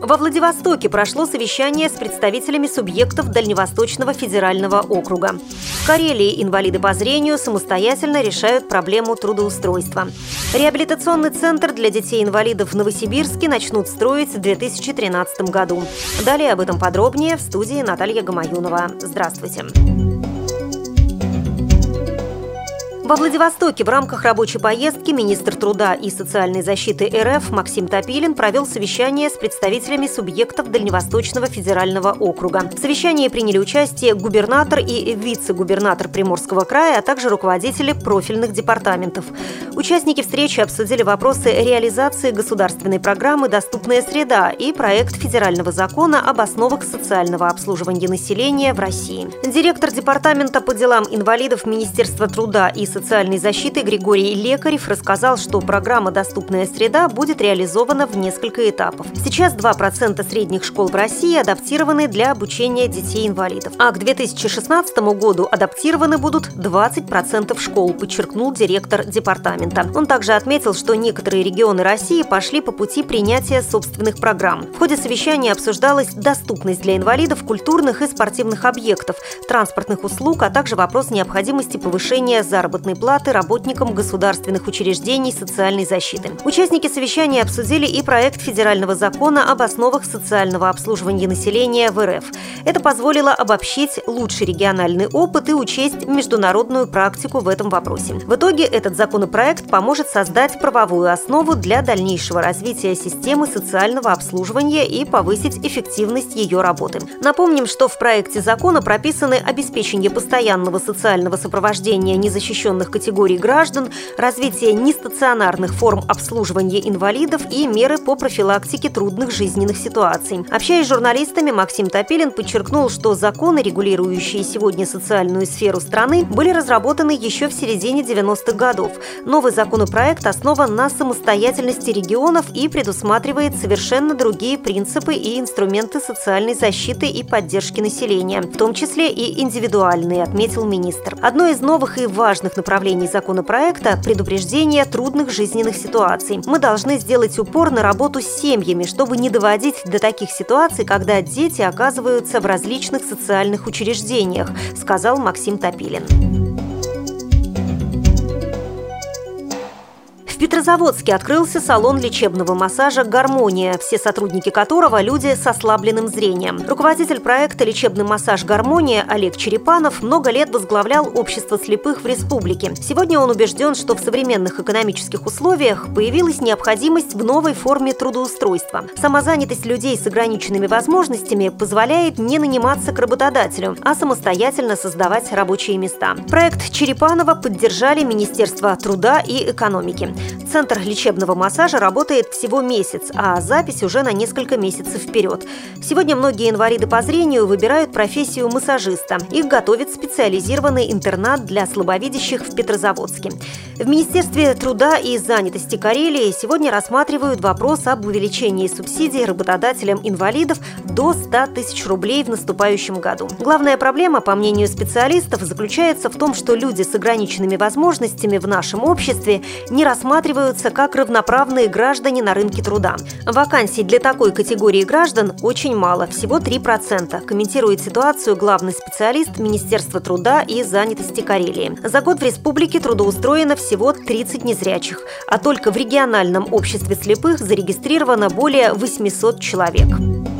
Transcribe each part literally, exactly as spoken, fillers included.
Во Владивостоке прошло совещание с представителями субъектов Дальневосточного федерального округа. В Карелии инвалиды по зрению самостоятельно решают проблему трудоустройства. Реабилитационный центр для детей-инвалидов в Новосибирске начнут строить в две тысячи тринадцатом году. Далее об этом подробнее в студии Наталья Гамаюнова. Здравствуйте. Во Владивостоке в рамках рабочей поездки министр труда и социальной защиты эр эф Максим Топилин провел совещание с представителями субъектов Дальневосточного федерального округа. В совещании приняли участие губернатор и вице-губернатор Приморского края, а также руководители профильных департаментов. Участники встречи обсудили вопросы реализации государственной программы «Доступная среда» и проект федерального закона об основах социального обслуживания населения в России. Директор департамента по делам инвалидов Министерства труда и социальной защиты Григорий Лекарев рассказал, что программа «Доступная среда» будет реализована в несколько этапов. Сейчас два процента средних школ в России адаптированы для обучения детей-инвалидов, а к две тысячи шестнадцатому году адаптированы будут двадцать процентов школ, подчеркнул директор департамента. Он также отметил, что некоторые регионы России пошли по пути принятия собственных программ. В ходе совещания обсуждалась доступность для инвалидов культурных и спортивных объектов, транспортных услуг, а также вопрос необходимости повышения заработной платы работникам государственных учреждений социальной защиты. Участники совещания обсудили и проект федерального закона об основах социального обслуживания населения в эр эф. Это позволило обобщить лучший региональный опыт и учесть международную практику в этом вопросе. В итоге этот законопроект поможет создать правовую основу для дальнейшего развития системы социального обслуживания и повысить эффективность ее работы. Напомним, что в проекте закона прописаны обеспечение постоянного социального сопровождения незащищенных категорий граждан, развитие нестационарных форм обслуживания инвалидов и меры по профилактике трудных жизненных ситуаций. Общаясь с журналистами, Максим Топилин подчеркнул, что законы, регулирующие сегодня социальную сферу страны, были разработаны еще в середине девяностых годов. Новый законопроект основан на самостоятельности регионов и предусматривает совершенно другие принципы и инструменты социальной защиты и поддержки населения, в том числе и индивидуальные, отметил министр. Одно из новых и важных направлений законопроекта – предупреждение трудных жизненных ситуаций. Мы должны сделать упор на работу с семьями, чтобы не доводить до таких ситуаций, когда дети оказываются в различных социальных учреждениях, сказал Максим Топилин. В Петрозаводске открылся салон лечебного массажа «Гармония», все сотрудники которого – люди с ослабленным зрением. Руководитель проекта «Лечебный массаж «Гармония» Олег Черепанов много лет возглавлял общество слепых в республике. Сегодня он убежден, что в современных экономических условиях появилась необходимость в новой форме трудоустройства. Самозанятость людей с ограниченными возможностями позволяет не наниматься к работодателю, а самостоятельно создавать рабочие места. Проект Черепанова поддержали Министерство труда и экономики. Центр лечебного массажа работает всего месяц, а запись уже на несколько месяцев вперед. Сегодня многие инвалиды по зрению выбирают профессию массажиста. Их готовит специализированный интернат для слабовидящих в Петрозаводске. В Министерстве труда и занятости Карелии сегодня рассматривают вопрос об увеличении субсидий работодателям инвалидов до ста тысяч рублей в наступающем году. Главная проблема, по мнению специалистов, заключается в том, что люди с ограниченными возможностями в нашем обществе не рассматриваются как равноправные граждане на рынке труда. Вакансий для такой категории граждан очень мало, всего три процента, комментирует ситуацию главный специалист Министерства труда и занятости Карелии. За год в республике трудоустроено всего тридцать незрячих, а только в региональном обществе слепых зарегистрировано более восьмисот человек.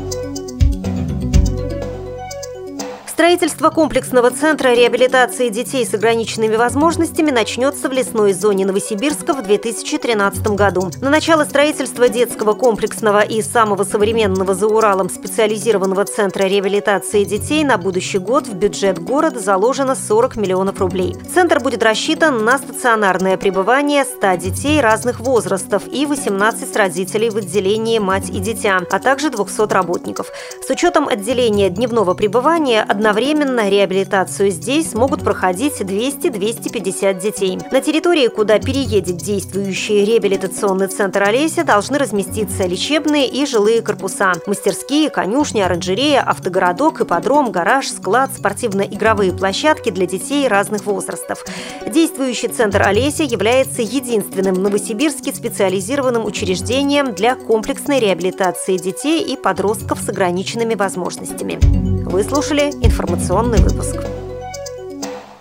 Строительство комплексного центра реабилитации детей с ограниченными возможностями начнется в лесной зоне Новосибирска в две тысячи тринадцатом году. На начало строительства детского комплексного и самого современного за Уралом специализированного центра реабилитации детей на будущий год в бюджет города заложено сорок миллионов рублей. Центр будет рассчитан на стационарное пребывание ста детей разных возрастов и восемнадцати родителей в отделении «Мать и дитя», а также двухсот работников. С учетом отделения дневного пребывания одного Одновременно реабилитацию здесь смогут проходить двести — двести пятьдесят детей. На территории, куда переедет действующий реабилитационный центр «Олеся», должны разместиться лечебные и жилые корпуса, мастерские, конюшни, оранжерея, автогородок, ипподром, гараж, склад, спортивно-игровые площадки для детей разных возрастов. Действующий центр «Олеся» является единственным в Новосибирске специализированным учреждением для комплексной реабилитации детей и подростков с ограниченными возможностями. Вы слушали информационный выпуск.